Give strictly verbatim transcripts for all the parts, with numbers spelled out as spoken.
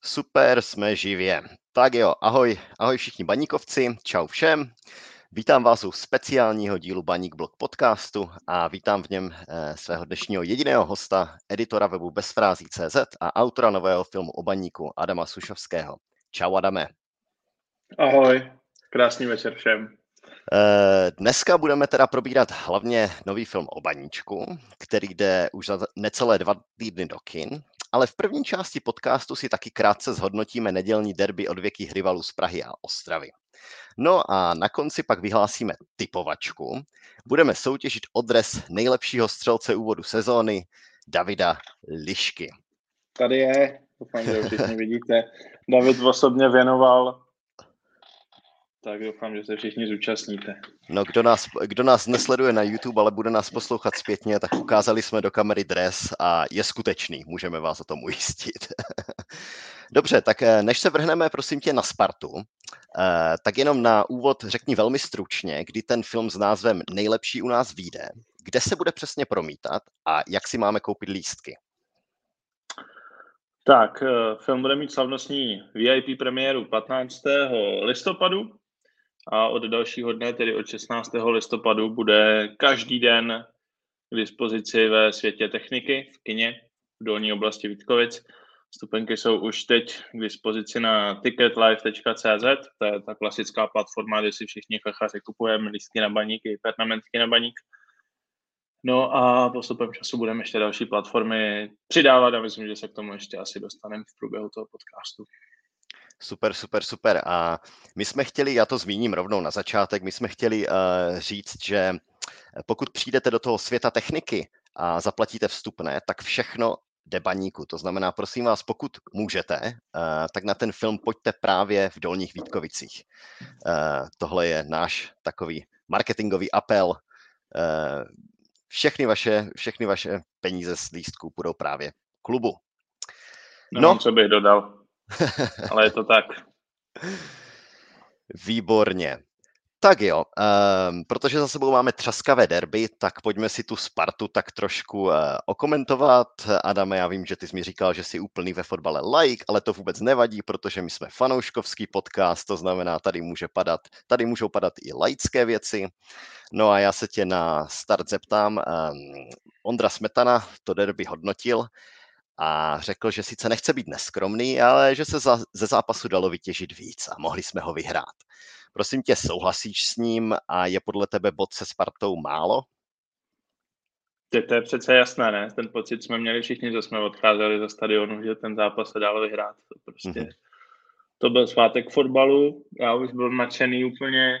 Super, jsme živě. Tak jo, ahoj, ahoj všichni baníkovci, čau všem. Vítám vás u speciálního dílu Baník Blog podcastu a vítám v něm eh, svého dnešního jediného hosta, editora webu bezfrází tečka cé zet a autora nového filmu o baníku Adama Sušovského. Čau Adame. Ahoj, krásný večer všem. Eh, Dneska budeme teda probírat hlavně nový film o baníčku, který jde už za necelé dva týdny do kin, ale v první části podcastu si taky krátce zhodnotíme nedělní derby odvěkých rivalů z Prahy a Ostravy. No a na konci pak vyhlásíme typovačku. Budeme soutěžit o dres nejlepšího střelce úvodu sezóny Davida Lišky. Tady je, doufám, že ho všichni vidíte. David osobně věnoval, tak doufám, že se všichni zúčastníte. No, kdo nás, kdo nás nesleduje na YouTube, ale bude nás poslouchat zpětně, tak ukázali jsme do kamery dres a je skutečný, můžeme vás o tom ujistit. Dobře, tak než se vrhneme, prosím tě, na Spartu, tak jenom na úvod řekni velmi stručně, kdy ten film s názvem Nejlepší u nás vyjde, kde se bude přesně promítat a jak si máme koupit lístky. Tak, film bude mít slavnostní V I P premiéru patnáctého listopadu a od dalšího dne, tedy od šestnáctého listopadu, bude každý den k dispozici ve Světě techniky v kině v dolní oblasti Vítkovic. Vstupenky jsou už teď k dispozici na ticket live tečka cé zet, to je ta klasická platforma, kde si všichni fechaři kupujeme lístky na baník i pernamentky na baník. No a postupem času budeme ještě další platformy přidávat a myslím, že se k tomu ještě asi dostaneme v průběhu toho podcastu. Super, super, super. A my jsme chtěli, já to zmíním rovnou na začátek, my jsme chtěli uh, říct, že pokud přijdete do toho světa techniky a zaplatíte vstupné, tak všechno jde baníku. To znamená, prosím vás, pokud můžete, uh, tak na ten film pojďte právě v Dolních Vítkovicích. Uh, tohle je náš takový marketingový apel. Uh, všechny vaše, všechny vaše peníze z lístků půjdou právě klubu. No, no. Co bych dodal, ale je to tak. Výborně. Tak jo, um, protože za sebou máme třaskavé derby, tak pojďme si tu Spartu tak trošku uh, okomentovat. Adame, já vím, že ty jsi mi říkal, že jsi úplný ve fotbale laik, ale to vůbec nevadí, protože my jsme fanouškovský podcast, to znamená, tady může padat, tady můžou padat i laické věci. No a já se tě na start zeptám. Um, Ondra Smetana to derby hodnotil a řekl, že sice nechce být neskromný, ale že se za, ze zápasu dalo vytěžit víc a mohli jsme ho vyhrát. Prosím tě, souhlasíš s ním a je podle tebe bod se Spartou málo? To, to je přece jasné, ne? Ten pocit jsme měli všichni, že jsme odcházeli ze stadionu, že ten zápas se dalo vyhrát. To prostě, mm-hmm. To byl svátek fotbalu, já už byl nadšený úplně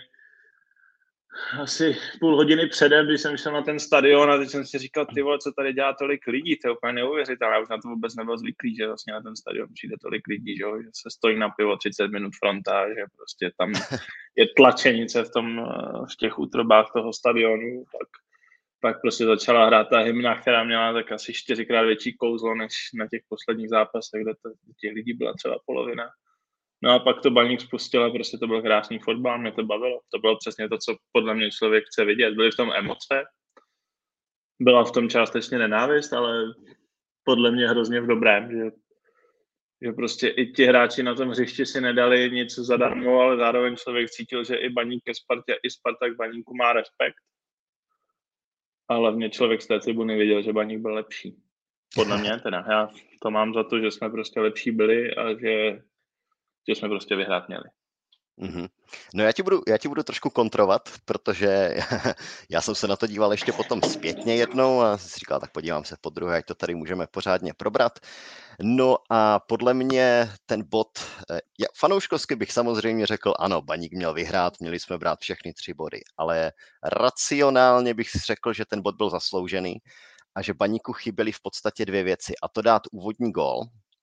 asi půl hodiny předem, když jsem šel na ten stadion a teď jsem si říkal, ty vole, co tady dělá tolik lidí, to je úplně neuvěřitelné, já už na to vůbec nebyl zvyklý, že vlastně na ten stadion přijde tolik lidí, že, že se stojí na pivo třicet minut fronta, že prostě tam je tlačenice v, tom, v těch útrobách toho stadionu, pak, pak prostě začala hrát ta hymna, která měla tak asi čtyřikrát větší kouzlo než na těch posledních zápasech, kde to, těch lidí byla třeba polovina. No a pak to baník spustil a prostě to byl krásný fotbal, mě to bavilo. To bylo přesně to, co podle mě člověk chce vidět. Byly v tom emoce, byla v tom částečně nenávist, ale podle mě hrozně v dobrém, že, že prostě i ti hráči na tom hřišti si nedali nic zadarmo, ale zároveň člověk cítil, že i baník ke Spartě, i Sparta k baníku má respekt. A hlavně člověk z té tribuny viděl, že baník byl lepší. Podle mě teda. Já to mám za to, že jsme prostě lepší byli a že že jsme prostě vyhrát měli. Mm-hmm. No já ti, budu, já ti budu trošku kontrovat, protože já jsem se na to díval ještě potom zpětně jednou a si říkal, tak podívám se po druhé, ať to tady můžeme pořádně probrat. No a podle mě ten bod, já, fanouškovsky bych samozřejmě řekl, ano, baník měl vyhrát, měli jsme brát všechny tři body, ale racionálně bych řekl, že ten bod byl zasloužený a že baníku chyběly v podstatě dvě věci, a to dát úvodní gól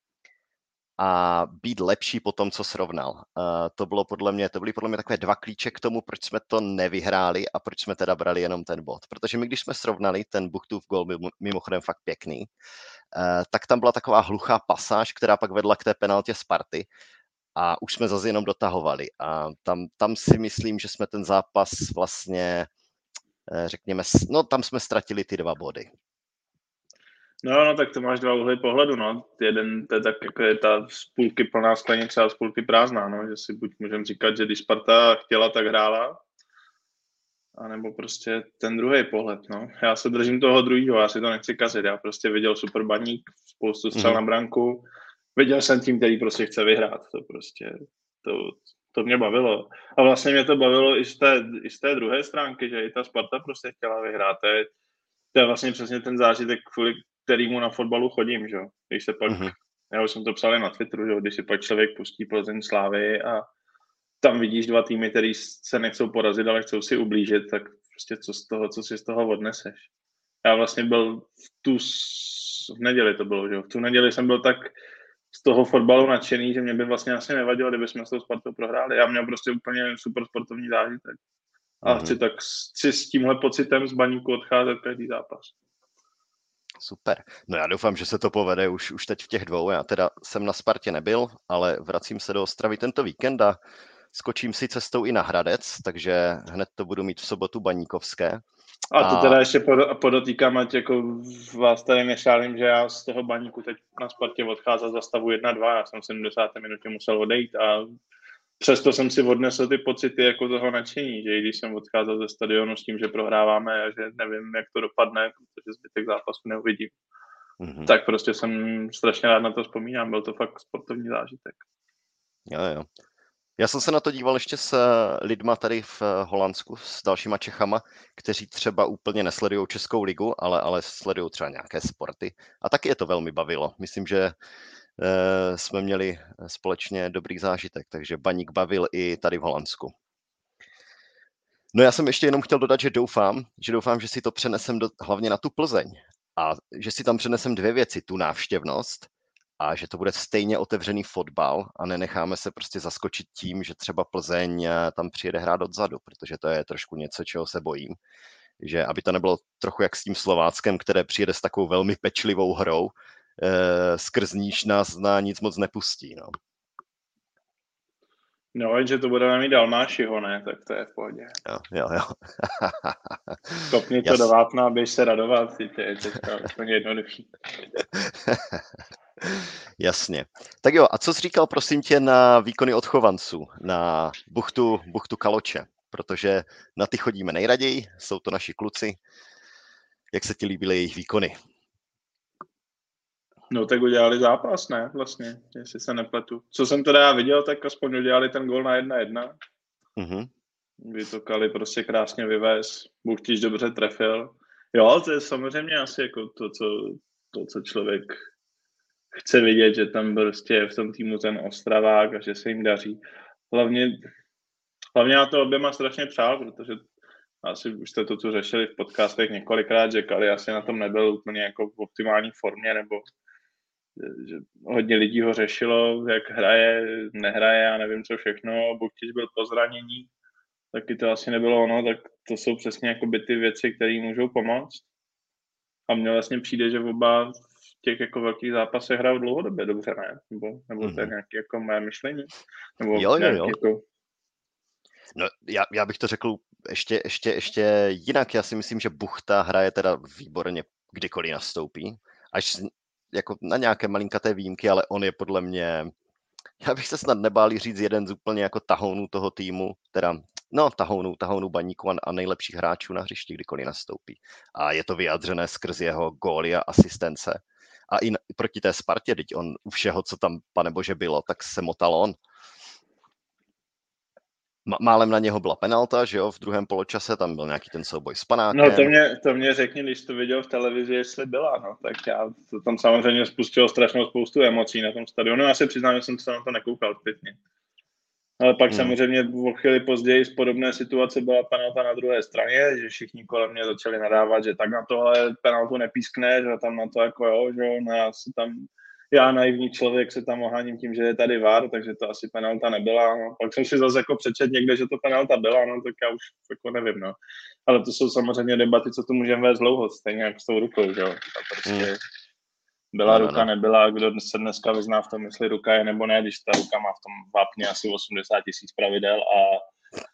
a být lepší po tom, co srovnal. Uh, to bylo podle mě, to byly podle mě takové dva klíče k tomu, proč jsme to nevyhráli a proč jsme teda brali jenom ten bod. Protože my, když jsme srovnali, ten Buchtův gól byl mimochodem fakt pěkný, uh, tak tam byla taková hluchá pasáž, která pak vedla k té penaltě Sparty a už jsme zase jenom dotahovali. A tam, tam si myslím, že jsme ten zápas vlastně, řekněme, no tam jsme ztratili ty dva body. No, no, tak to máš dva úhly pohledu, no. Jeden, to je tak, jako je ta z půlky plná sklenice a z půlky prázdná, no. Že si buď můžeme říkat, že když Sparta chtěla, tak hrála, anebo prostě ten druhý pohled, no. Já se držím toho druhého, já si to nechci kazit, já prostě viděl super baník, spoustu střel mm-hmm. na branku, viděl jsem tým, který prostě chce vyhrát, to prostě, to, to mě bavilo. A vlastně mě to bavilo i z té, i z té druhé stránky, že i ta Sparta prostě chtěla vyhrát, to je, to je vlastně přesně ten zážitek, kvůli kterýmu na fotbalu chodím, že? Když se pak, mm-hmm. já už jsem to psal na Twitteru, že? Když si pak člověk pustí Plzeň Slávy a tam vidíš dva týmy, který se nechcou porazit, ale chcou si ublížit, tak prostě co z toho, co si z toho odneseš. Já vlastně byl v tu, v neděli to bylo, že? V tu neděli jsem byl tak z toho fotbalu nadšený, že mě by vlastně asi nevadilo, kdyby jsme s tou Spartou prohráli. Já měl prostě úplně super sportovní zážitek. A mm-hmm. chci tak chci s tímhle pocitem z baníku odcházet každý zápas. Super. No já doufám, že se to povede už, už teď v těch dvou. Já teda jsem na Spartě nebyl, ale vracím se do Ostravy tento víkend a skočím si cestou i na Hradec, takže hned to budu mít v sobotu baníkovské. A to teda ještě podotýkám, ať jako vás tady nešálím, že já z toho baníku teď na Spartě odcházel za stavu jedna dva, já jsem v sedmdesáté minutě musel odejít a přesto jsem si odnesl ty pocity jako toho nadšení, že i když jsem odcházel ze stadionu s tím, že prohráváme a že nevím, jak to dopadne, protože zbytek zápasu neuvidím, mm-hmm. tak prostě jsem strašně rád na to vzpomínám, byl to fakt sportovní zážitek. Jo, jo. Já jsem se na to díval ještě s lidma tady v Holandsku, s dalšíma Čechama, kteří třeba úplně nesledují Českou ligu, ale, ale sledují třeba nějaké sporty. A taky je to velmi bavilo. Myslím, že eh, jsme měli společně dobrý zážitek, takže baník bavil i tady v Holandsku. No já jsem ještě jenom chtěl dodat, že doufám, že doufám, že si to přenesem do, hlavně na tu Plzeň. A že si tam přenesem dvě věci, tu návštěvnost, a že to bude stejně otevřený fotbal a nenecháme se prostě zaskočit tím, že třeba Plzeň tam přijede hrát odzadu, protože to je trošku něco, čeho se bojím. Že aby to nebylo trochu jak s tím Slováckem, které přijede s takovou velmi pečlivou hrou, eh, skrz níž nás na nic moc nepustí. No, no jenže to budeme mít Dalmášiho, ne? Tak to je v pohodě. Jo, jo, jo. Kopni to Jas... do vápna a běž se radovat, to je teďka úplně jednoduchý. Jasně. Tak jo, a co jsi říkal, prosím tě, na výkony odchovanců, na buchtu, buchtu Kaloče, protože na ty chodíme nejraději, jsou to naši kluci. Jak se ti líbily jejich výkony? No tak udělali zápas, ne, vlastně, jestli se nepletu. Co jsem teda já viděl, tak aspoň udělali ten gól na jedna jedna. Mm-hmm. Kdy to Kali prostě krásně vyvez, Buchtič dobře trefil. Jo, to je samozřejmě asi jako to, co, to, co člověk chce vidět, že tam prostě je v tom týmu ten Ostravák a že se jim daří. Hlavně, hlavně na to oběma strašně přál, protože asi už jste to tu řešili v podcastech několikrát, že Kali asi na tom nebyl úplně jako v optimální formě, nebo že, že hodně lidí ho řešilo, jak hraje, nehraje, já nevím co všechno, Buchtič byl po zranění, taky to asi nebylo ono, tak to jsou přesně jakoby ty věci, které můžou pomoct. A mně vlastně přijde, že oba v těch jako velkých zápasech hrajou dlouhodobě dobře, ne? Nebo, nebo mm-hmm. to je nějaké jako mé myšlení? Nebo jo, jo, jo. Jako... No, já, já bych to řekl ještě, ještě, ještě jinak. Já si myslím, že Buchta hraje teda výborně, kdykoliv nastoupí. Až jako na nějaké malinkaté výjimky, ale on je podle mě, já bych se snad nebál říct, jeden z úplně jako tahounů toho týmu, teda no tahounů, tahounů baníku a, a nejlepších hráčů na hřišti, kdykoliv nastoupí. A je to vyjádřené skrz jeho góly a asistence. A i, na, i proti té Spartě, teď on u všeho, co tam, panebože, bylo, tak se motal on. Málem na něho byla penalta, že jo, v druhém poločase, tam byl nějaký ten souboj s Panákem. No to mě, to mě řekni, když to viděl v televizi, jestli byla, no, tak já, to tam samozřejmě spustilo strašnou spoustu emocí na tom stadionu, já se přiznám, že jsem se na to nekoukal zpětně. Ale pak hmm. samozřejmě o chvíli později z podobné situace byla penalta na druhé straně, že všichni kolem mě začali nadávat, že tak na tohle penaltu nepískne, že tam na to jako jo, že jo, no já se tam já naivní člověk se tam oháním tím, že je tady V A R, takže to asi penalta nebyla. No. Pak jsem si zase jako přečet někde, že to penalta byla, no tak já už jako nevím, no. Ale to jsou samozřejmě debaty, co tu můžeme vést dlouho, stejně jako s tou rukou, že jo. A prostě hmm. byla no, ruka, no. nebyla, kdo se dneska vyzná v tom, jestli ruka je nebo ne, když ta ruka má v tom vápně asi osmdesát tisíc pravidel a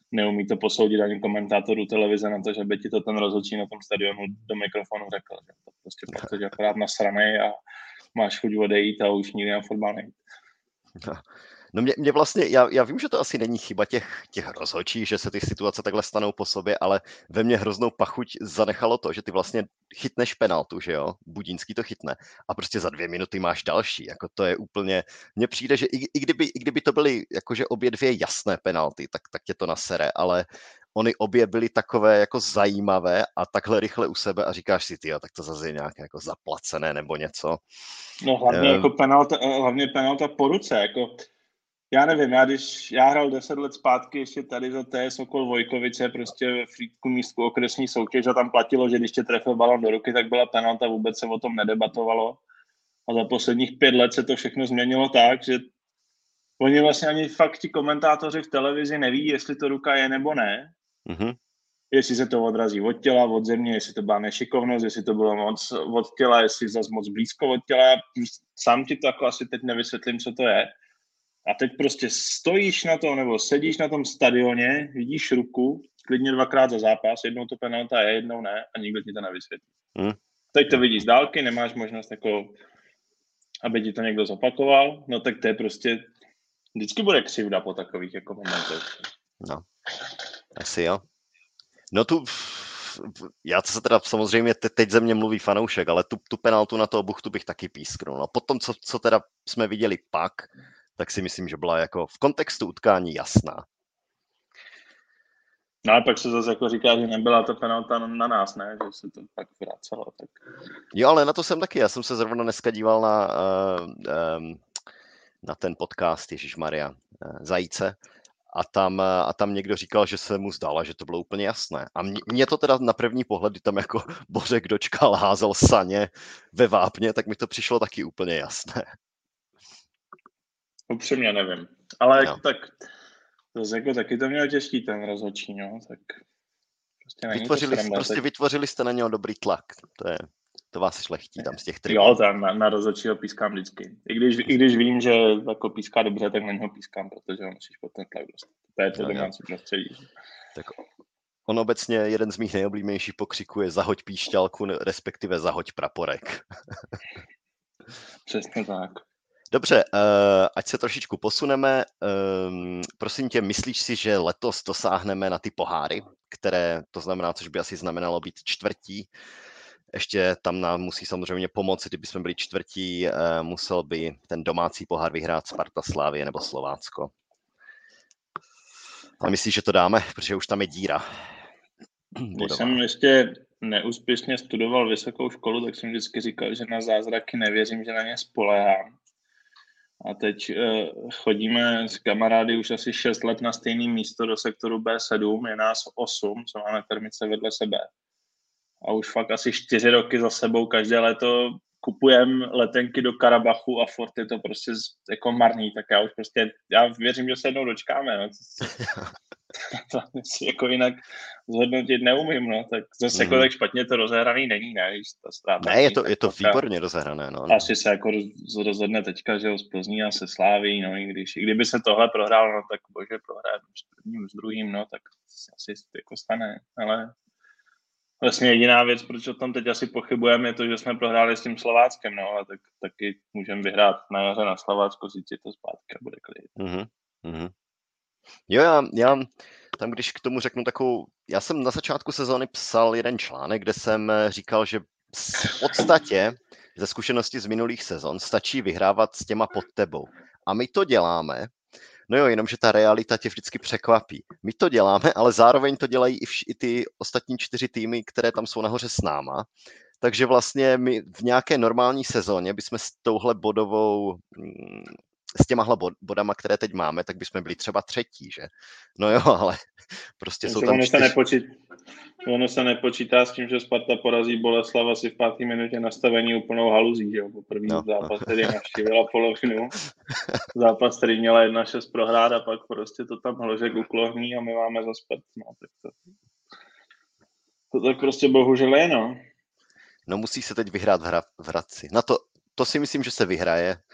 neumí to posoudit ani komentátorů televize na to, že by ti to ten rozhodčí na tom stadionu do mikrofonu řekl. Že to prostě pak to je akorát nasranej a máš chuť odejít a už nikdy na fotbal nejít. No mě, mě vlastně, já, já vím, že to asi není chyba těch, těch rozhodčích, že se ty situace takhle stanou po sobě, ale ve mně hroznou pachuť zanechalo to, že ty vlastně chytneš penaltu, že jo, Budínský to chytne a prostě za dvě minuty máš další, jako to je úplně, mně přijde, že i, i, kdyby, i kdyby to byly jakože obě dvě jasné penalty, tak, tak tě to nasere, ale oni obě byly takové jako zajímavé a takhle rychle u sebe a říkáš si, tyjo, tak to zase je nějaké jako zaplacené nebo něco. No hlavně uh, jako penalta, hlavně penalta po ruce, jako já nevím, já když já hrál deset let zpátky ještě tady za T S Okol Vojkovice, prostě ve Frýdku místku okresní soutěž a tam platilo, že když tě trefil balon do ruky, tak byla penalta, vůbec se o tom nedebatovalo. A za posledních pět let se to všechno změnilo tak, že oni vlastně ani fakt ti komentátoři v televizi neví, jestli to ruka je nebo ne. Mm-hmm. Jestli se to odrazí od těla, od země, jestli to byla nešikovnost, jestli to bylo moc od těla, jestli zase moc blízko od těla. Sám ti to jako asi teď nevysvětlím, co to je. A teď prostě stojíš na tom, nebo sedíš na tom stadioně, vidíš ruku, klidně dvakrát za zápas, jednou to penalta je, jednou ne, a nikdo ti to nevysvětlí. Hmm. Teď to vidíš z dálky, nemáš možnost jako, aby ti to někdo zopakoval, no tak to je prostě, vždycky bude křivda po takových jako momentech. No, asi jo. No tu, já to se teda samozřejmě te, teď ze mě mluví fanoušek, ale tu, tu penaltu na toho Buchtu bych taky písknul. No potom, co, co teda jsme viděli pak, tak si myslím, že byla jako v kontextu utkání jasná. No a pak se zase jako říká, že nebyla to penalta na nás, ne? Že se to pak vracelo. Tak... Jo, ale na to jsem taky. Já jsem se zrovna dneska díval na, uh, um, na ten podcast Ježišmarja uh, Zajíce a tam, uh, a tam někdo říkal, že se mu zdálo, že to bylo úplně jasné. A mě, mě to teda na první pohled, kdy tam jako Bořek dočkal, házel saně ve vápně, tak mi to přišlo taky úplně jasné. Upřímně nevím. Ale no. tak to jako taky to měl těžký ten rozhodčí, no, tak prostě není vytvořili, to sranda, prostě tak... vytvořili jste na něho dobrý tlak. To je, to vás šlechtí tam z těch tribun. Jo, tam na, na rozhodčího pískám vždycky. I když, I když vím, že jako píská dobře, tak na něho pískám, protože ho musíš pod ten tlak dostat. To je to no, domácí prostředí. Tak on obecně jeden z mých nejoblíbenějších pokřiků je zahoď píšťalku, respektive zahoď praporek. Přesně tak. Dobře, uh, ať se trošičku posuneme. Um, prosím tě, myslíš si, že letos dosáhneme na ty poháry, které, to znamená, což by asi znamenalo být čtvrtí. Ještě tam nám musí samozřejmě pomoci, kdyby jsme byli čtvrtí, uh, musel by ten domácí pohár vyhrát Sparta, Slavie nebo Slovácko. A myslíš, že to dáme, protože už tam je díra? Když jsem ještě neúspěšně studoval vysokou školu, tak jsem vždycky říkal, že na zázraky nevěřím, že na ně spoléhám. A teď uh, chodíme s kamarády už asi šest let na stejné místo do sektoru B sedm, je nás osm, co máme termice vedle sebe. A už fakt asi čtyři roky za sebou každé léto kupujeme letenky do Karabachu a furt je to prostě jako marný, tak já už prostě, já věřím, že se jednou dočkáme, no. To si jako jinak zhodnotit neumím, no, tak zase mm-hmm. jako tak špatně to rozehraný není, ne, když ta ztráta. Ne, je to, je to výborně rozehrané, no. Asi se jako rozhodne teďka, že ho z Plzní a se Sláví, no, i když, i kdyby se tohle prohrál, no, tak bože, prohrát s prvním, s druhým, no, tak asi jako stane, ale vlastně jediná věc, proč o tom teď asi pochybujeme, je to, že jsme prohráli s tím Slováckem, no, ale tak taky můžeme vyhrát na jaře na Slovácko, říct si to zpátky a bude klid. Mm-hmm. Mm-hmm. Jo, já, já tam, když k tomu řeknu takovou, já jsem na začátku sezóny psal jeden článek, kde jsem říkal, že v podstatě ze zkušenosti z minulých sezon stačí vyhrávat s těma pod tebou. A my to děláme, no jo, jenomže ta realita tě vždycky překvapí. My to děláme, ale zároveň to dělají i, vš- i ty ostatní čtyři týmy, které tam jsou nahoře s náma. Takže vlastně my v nějaké normální sezóně bychom s touhle bodovou... s těmahle bodama, které teď máme, tak bychom byli třeba třetí, že? No jo, ale prostě Takže jsou tam ono čtyři... Se nepočít, ono se nepočítá s tím, že Sparta porazí Boleslav asi v páté minutě nastavení úplnou haluzí, že jo? Po první no, zápas, no. který navštívila polovinu. Zápas, který měla jedna šest prohrát a pak prostě to tam hložek uklohní a my máme zase pět. No, tak to, to tak prostě bohužel je, no. No musí se teď vyhrát v, hra, v Hradci. Na to, to si myslím, že se vyhraje.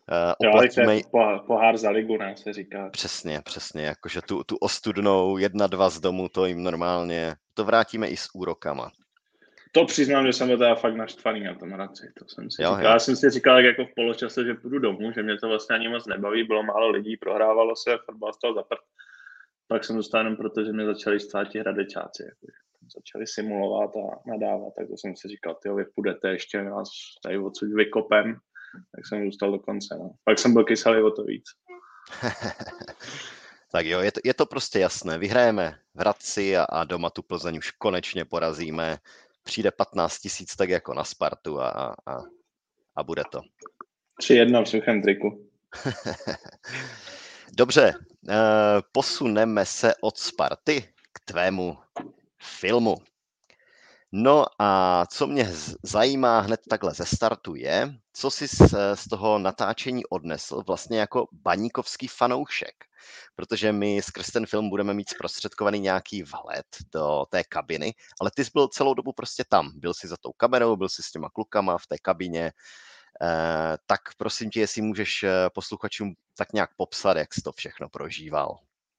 Jo, ale to oplatíme... je pohár, pohár za ligu, ne, se říká. Přesně, přesně, jakože tu, tu ostudnou jedna, dva z domu, to jim normálně, to vrátíme i s úrokama. To přiznám, že jsem byl teda fakt naštvaný na tom Hradci, to jsem si Jo, říkal. jo. Já jsem si říkal, jak jako v poločase, že půjdu domů, že mě to vlastně ani moc nebaví, bylo málo lidí, prohrávalo se, fotbal stal za prd. Pak jsem dostal jenom proto, že mě začali stát ti Hradečáci, jako, začali simulovat a nadávat, tak to jsem si říkal, tyjo, vy půjdete ještě nás tady odsud vykopem, tak jsem zůstal do konce. No. Pak jsem byl kyselý o to víc. Tak jo, je to, je to prostě jasné. Vyhrajeme v Hradci a, a doma tu Plzeň už konečně porazíme. Přijde patnáct tisíc tak jako na Spartu a, a, a bude to. tři jedna v suchém triku. Dobře, posuneme se od Sparty k tvému filmu. No a co mě zajímá hned takhle ze startu je, co jsi z toho natáčení odnesl vlastně jako baníkovský fanoušek. Protože my skrz ten film budeme mít zprostředkovaný nějaký vhled do té kabiny, ale ty jsi byl celou dobu prostě tam. Byl jsi za tou kamerou, byl jsi s těma klukama v té kabině, eh, tak prosím tě, jestli můžeš posluchačům tak nějak popsat, jak jsi to všechno prožíval.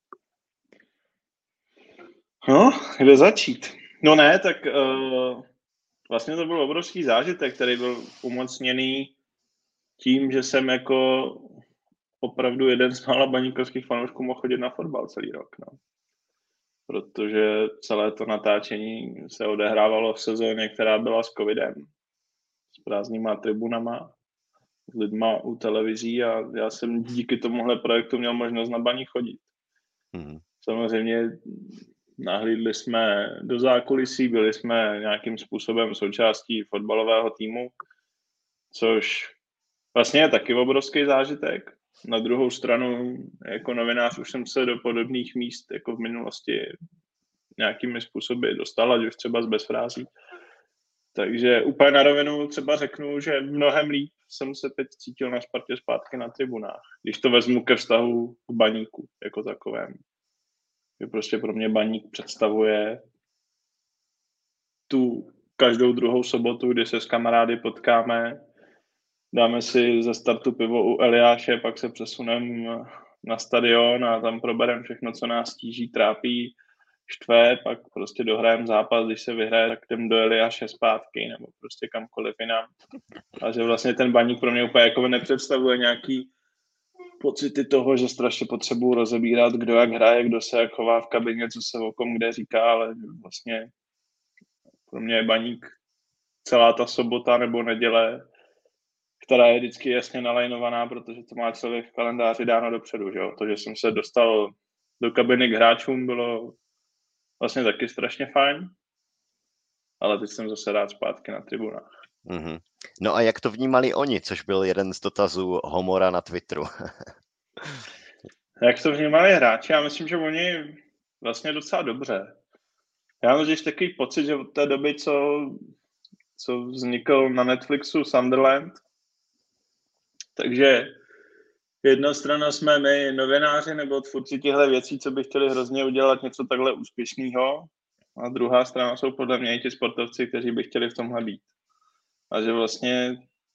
No, kde začít? No ne, tak uh, vlastně to byl obrovský zážitek, který byl umocněný tím, že jsem jako opravdu jeden z mála baníkovských fanoušků mohl chodit na fotbal celý rok. No. Protože celé to natáčení se odehrávalo v sezóně, která byla s covidem, s prázdnýma tribunama, s lidma u televizí a já jsem díky tomuhle projektu měl možnost na Baník chodit. Mm. Samozřejmě nahlídli jsme do zákulisí, byli jsme nějakým způsobem součástí fotbalového týmu, což vlastně je taky obrovský zážitek. Na druhou stranu, jako novinář už jsem se do podobných míst jako v minulosti nějakými způsoby dostal, ať už třeba z bezfrází. Takže úplně na rovinu třeba řeknu, že mnohem líp jsem se teď cítil na Spartě zpátky na tribunách, když to vezmu ke vztahu k Baníku jako takovém. Že prostě pro mě Baník představuje tu každou druhou sobotu, kdy se s kamarády potkáme, dáme si ze startu pivo u Eliáše, pak se přesuneme na stadion a tam probereme všechno, co nás tíží, trápí, štve, pak prostě dohrajeme zápas, když se vyhraje, tak jdem do Eliáše zpátky nebo prostě kamkoliv jinam. A že vlastně ten Baník pro mě úplně jako nepředstavuje nějaký pocity toho, že strašně potřebuji rozebírat, kdo jak hraje, kdo se jak chová v kabině, co se o kom kde říká, ale vlastně pro mě je Baník celá ta sobota nebo neděle, která je vždycky jasně nalajnovaná, protože to má člověk v kalendáři dáno dopředu. Že jo? To, že jsem se dostal do kabiny k hráčům, bylo vlastně taky strašně fajn, ale teď jsem zase rád zpátky na tribunách. Mm-hmm. No a jak to vnímali oni, což byl jeden z dotazů Homora na Twitteru? Jak to vnímali hráči? Já myslím, že oni vlastně docela dobře. Já mám totiž takový pocit, že od té doby, co, co vznikl na Netflixu Sunderland, takže jedna strana jsme my, novináři nebo tvůrci těchto věcí, co by chtěli hrozně udělat něco takhle úspěšného, a druhá strana jsou podle mě i ti sportovci, kteří by chtěli v tomhle být. A že vlastně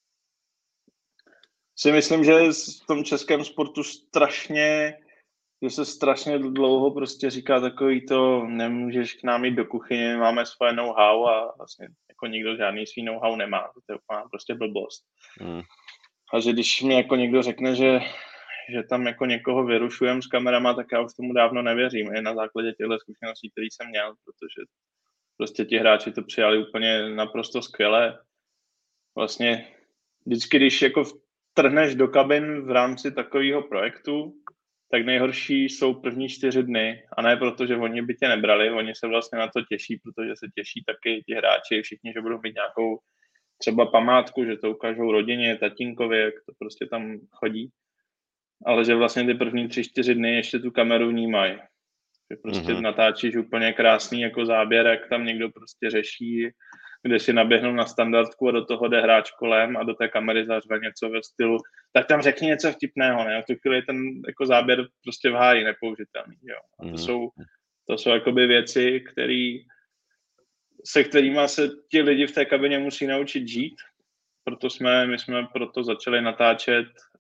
si myslím, že v tom českém sportu strašně, že se strašně dlouho prostě říká takový to, nemůžeš k nám jít do kuchyně, máme svoje know-how a vlastně jako nikdo žádný svý know-how nemá. To je prostě blbost. Mm. A že když mi jako někdo řekne, že, že tam jako někoho vyrušujem s kamerama, tak já už tomu dávno nevěřím. Je na základě těchto zkušeností, které jsem měl, protože prostě ti hráči to přijali úplně naprosto skvěle. Vlastně vždycky, když jako trhneš do kabin v rámci takového projektu, tak nejhorší jsou první čtyři dny. A ne proto, že oni by tě nebrali, oni se vlastně na to těší, protože se těší taky ti hráči, všichni, že budou mít nějakou třeba památku, že to ukážou rodině, tatínkovi, jak to prostě tam chodí. Ale že vlastně ty první tři, čtyři dny ještě tu kameru vnímají. Že prostě mm-hmm. natáčíš úplně krásný jako záběr, jak tam někdo prostě řeší, kde si naběhnul na standardku a do toho jde hráč kolem a do té kamery zařve něco ve stylu, tak tam řekni něco vtipného, ne? V tu chvíli ten jako záběr prostě v háji nepoužitelný, jo. A to mm-hmm. jsou, to jsou jakoby věci, který, se kterými se ti lidi v té kabině musí naučit žít. Proto jsme, my jsme proto začali natáčet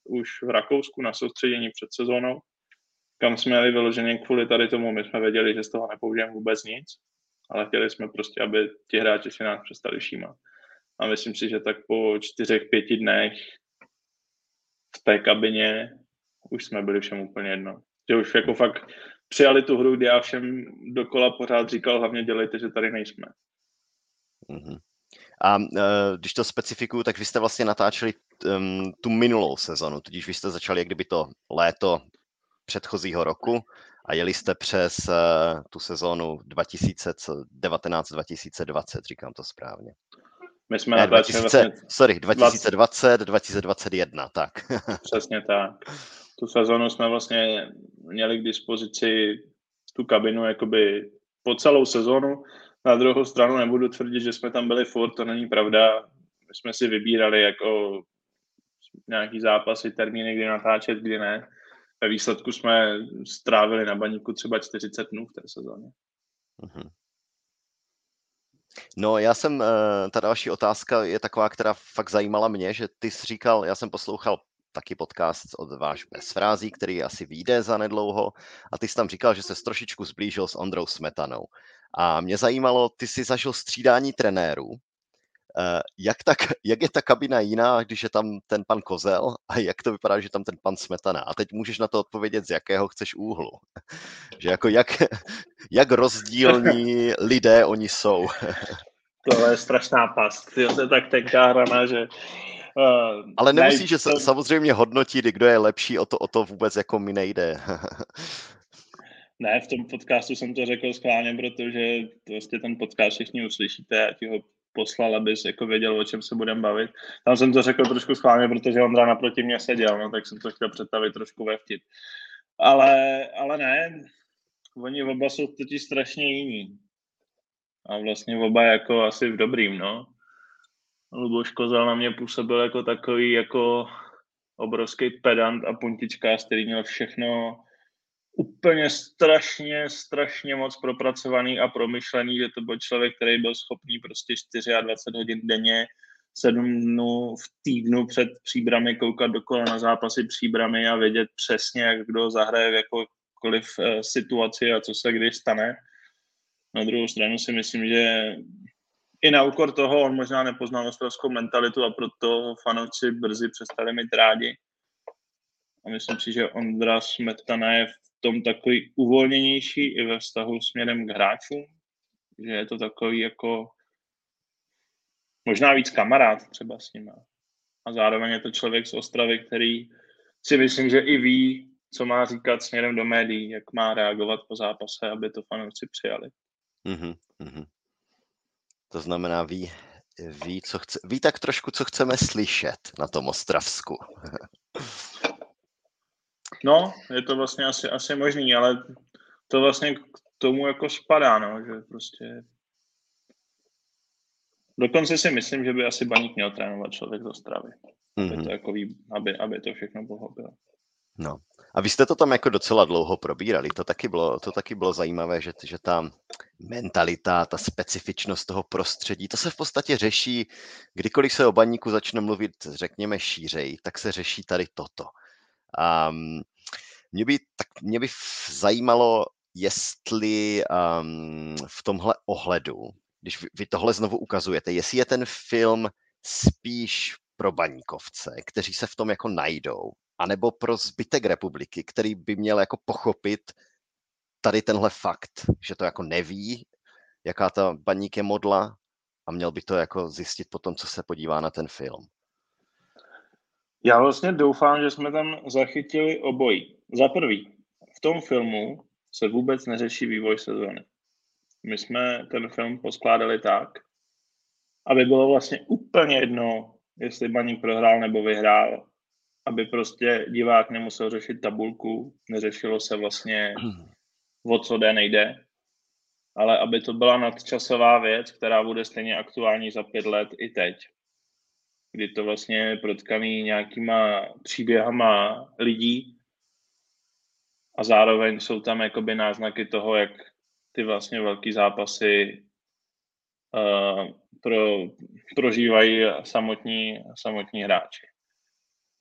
už v Rakousku na soustředění před sezónou, kam jsme jeli vyloženě kvůli tady tomu. My jsme věděli, že z toho nepoužijeme vůbec nic, ale chtěli jsme prostě, aby ti hráči si nás přestali všímat. A myslím si, že tak po čtyřech, pěti dnech v té kabině už jsme byli všem úplně jedno. Že už jako fakt přijali tu hru, kdy já všem dokola pořád říkal, hlavně dělejte, že tady nejsme. Mm-hmm. A uh, když to specifikuju, tak vy jste vlastně natáčeli um, tu minulou sezonu, tudíž vy jste začali jak kdyby to léto předchozího roku a jeli jste přes uh, tu sezónu dva tisíce devatenáct dva tisíce dvacet, říkám to správně. My jsme ne, natáčeli dva tisíce, vlastně... Sorry, dva tisíce dvacet dva tisíce dvacet jedna, tak. Přesně tak. Tu sezonu jsme vlastně měli k dispozici tu kabinu jakoby po celou sezonu. Na druhou stranu nebudu tvrdit, že jsme tam byli furt, to není pravda. My jsme si vybírali jako nějaký zápasy, termíny, kdy natáčet, kdy ne. Ve výsledku jsme strávili na baníku třeba čtyřicet dnů v té sezóně. Mm-hmm. No, já jsem, ta další otázka je taková, která fakt zajímala mě, že ty jsi říkal, já jsem poslouchal taky podcast od váš Bez frází, který asi vyjde za nedlouho a ty jsi tam říkal, že se trošičku zblížil s Ondrou Smetanou. A mě zajímalo, ty jsi zažil střídání trenérů, jak, tak, jak je ta kabina jiná, když je tam ten pan Kozel a jak to vypadá, že tam ten pan Smetana. A teď můžeš na to odpovědět, z jakého chceš úhlu. Že jako jak, jak rozdílní lidé oni jsou. Tohle je strašná past. To je tak tenká rana, že... Uh, Ale nemusíš ne, to... samozřejmě hodnotit, kdo je lepší, o to, o to vůbec jako mi nejde. Ne, v tom podcastu jsem to řekl schválně, protože vlastně ten podcast všichni uslyšíte a ti ho poslal, abys jako věděl, o čem se budeme bavit. Tam jsem to řekl trošku schválně, protože Ondra naproti mě seděl, no, tak jsem to chtěl představit trošku ve vtip. Ale, ale ne, oni oba jsou totiž strašně jiní. A vlastně oba jako asi v dobrým, no. Luboš Kozel na mě působil jako takový jako obrovský pedant a puntičkář, který měl všechno úplně strašně, strašně moc propracovaný a promyšlený, že to byl člověk, který byl schopný prostě dvacet čtyři hodin denně, sedm dnů v týdnu před Příbrami koukat dokola na zápasy Příbramy a vědět přesně, jak kdo zahraje v jakoukoliv situaci a co se kdy stane. Na druhou stranu si myslím, že i na úkor toho on možná nepoznal ostravskou mentalitu a proto fanoušci brzy přestali mít rádi. A myslím si, že Ondra Smetana je v tom takový uvolněnější i ve vztahu směrem k hráčům. Že je to takový jako možná víc kamarád třeba s nimi. A zároveň je to člověk z Ostravy, který si myslím, že i ví, co má říkat směrem do médií, jak má reagovat po zápase, aby to fanoušci přijali. Mm-hmm, mm-hmm. To znamená, ví, ví, co chce, ví tak trošku, co chceme slyšet na tom Ostravsku. No, je to vlastně asi, asi možný, ale to vlastně k tomu jako spadá, no, že prostě... Dokonce si myslím, že by asi Baník měl trénovat člověk z Ostravy, mm-hmm. aby to, jako ví, aby, aby to všechno pochopil. No. A vy jste to tam jako docela dlouho probírali, to taky bylo, to taky bylo zajímavé, že, že ta mentalita, ta specifičnost toho prostředí, to se v podstatě řeší, kdykoliv se o Baníku začne mluvit, řekněme, šířej, tak se řeší tady toto. Um, mě, by, tak mě by zajímalo, jestli um, v tomhle ohledu, když vy, vy tohle znovu ukazujete, jestli je ten film spíš pro baníkovce, kteří se v tom jako najdou, anebo pro zbytek republiky, který by měl jako pochopit tady tenhle fakt, že to jako neví, jaká ta Baník je modla a měl by to jako zjistit potom, co se podívá na ten film. Já vlastně doufám, že jsme tam zachytili obojí. Za prvý, v tom filmu se vůbec neřeší vývoj sezóny. My jsme ten film poskládali tak, aby bylo vlastně úplně jedno, jestli Baník prohrál nebo vyhrál, aby prostě divák nemusel řešit tabulku, neřešilo se vlastně, o co jde, nejde, ale aby to byla nadčasová věc, která bude stejně aktuální za pět let i teď, kdy to vlastně je protkaný nějakýma příběhama lidí a zároveň jsou tam jakoby náznaky toho, jak ty vlastně velký zápasy uh, pro, prožívají samotní, samotní hráči.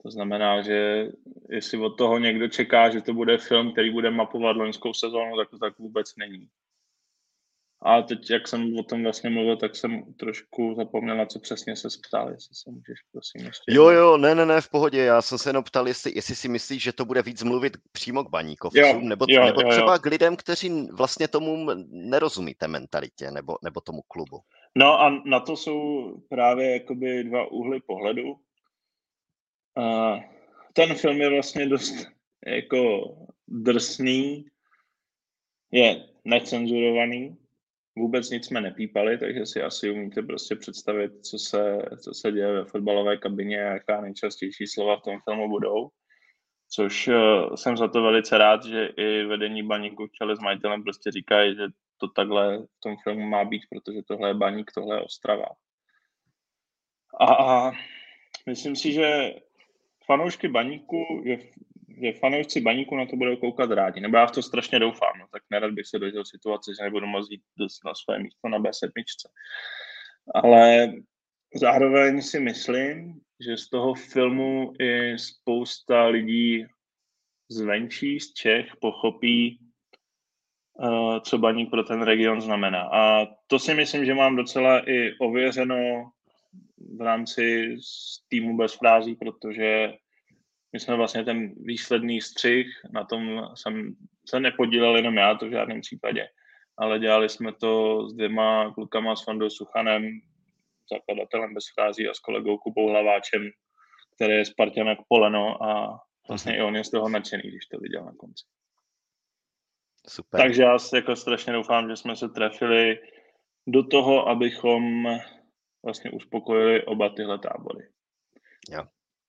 To znamená, že jestli od toho někdo čeká, že to bude film, který bude mapovat loňskou sezónu, tak to tak vůbec není. A teď, jak jsem o tom vlastně mluvil, tak jsem trošku zapomněl, na co přesně se ptal, jestli se můžeš, prosím, ještě Jo, jednou. jo, ne, ne, ne, v pohodě, já jsem se jenom ptal, jestli, jestli si myslíš, že to bude víc mluvit přímo k baníkovcům, Jo, nebo, jo, nebo jo, třeba jo. k lidem, kteří vlastně tomu nerozumí té mentalitě, nebo, nebo tomu klubu. No a na to jsou právě jakoby dva úhly pohledu. A ten film je vlastně dost jako drsný, je necenzurovaný, vůbec nic jsme nepípali, takže si asi umíte prostě představit, co se, co se děje ve fotbalové kabině a jaká nejčastější slova v tom filmu budou. Což uh, jsem za to velice rád, že i vedení Baníku v čele s majitelem prostě říkají, že to takhle v tom filmu má být, protože tohle je Baník, tohle je Ostrava. A, a myslím si, že fanoušky Baníku, že, že fanoušci Baníku na to budou koukat rádi. Nebo já v to strašně doufám, no, tak nerad bych se dožil situace, že nebudu moct jít na své místo na bé sedm. Ale zároveň si myslím, že z toho filmu i spousta lidí zvenčí, z Čech, pochopí, uh, co Baník pro ten region znamená. A to si myslím, že mám docela i ověřeno v rámci týmu Bez frází, protože my jsme vlastně ten výsledný střih, na tom jsem se nepodílel jenom já, to v žádném případě, ale dělali jsme to s dvěma klukama, s Fandou Suchanem, zakladatelem Bez frází, a s kolegou Kubou Hlaváčem, který je Spartanek Poleno, a vlastně i on je z toho nadšený, když to viděl na konci. Super. Takže já jako strašně doufám, že jsme se trefili do toho, abychom vlastně uspokojili oba tyhle tábory. Jo.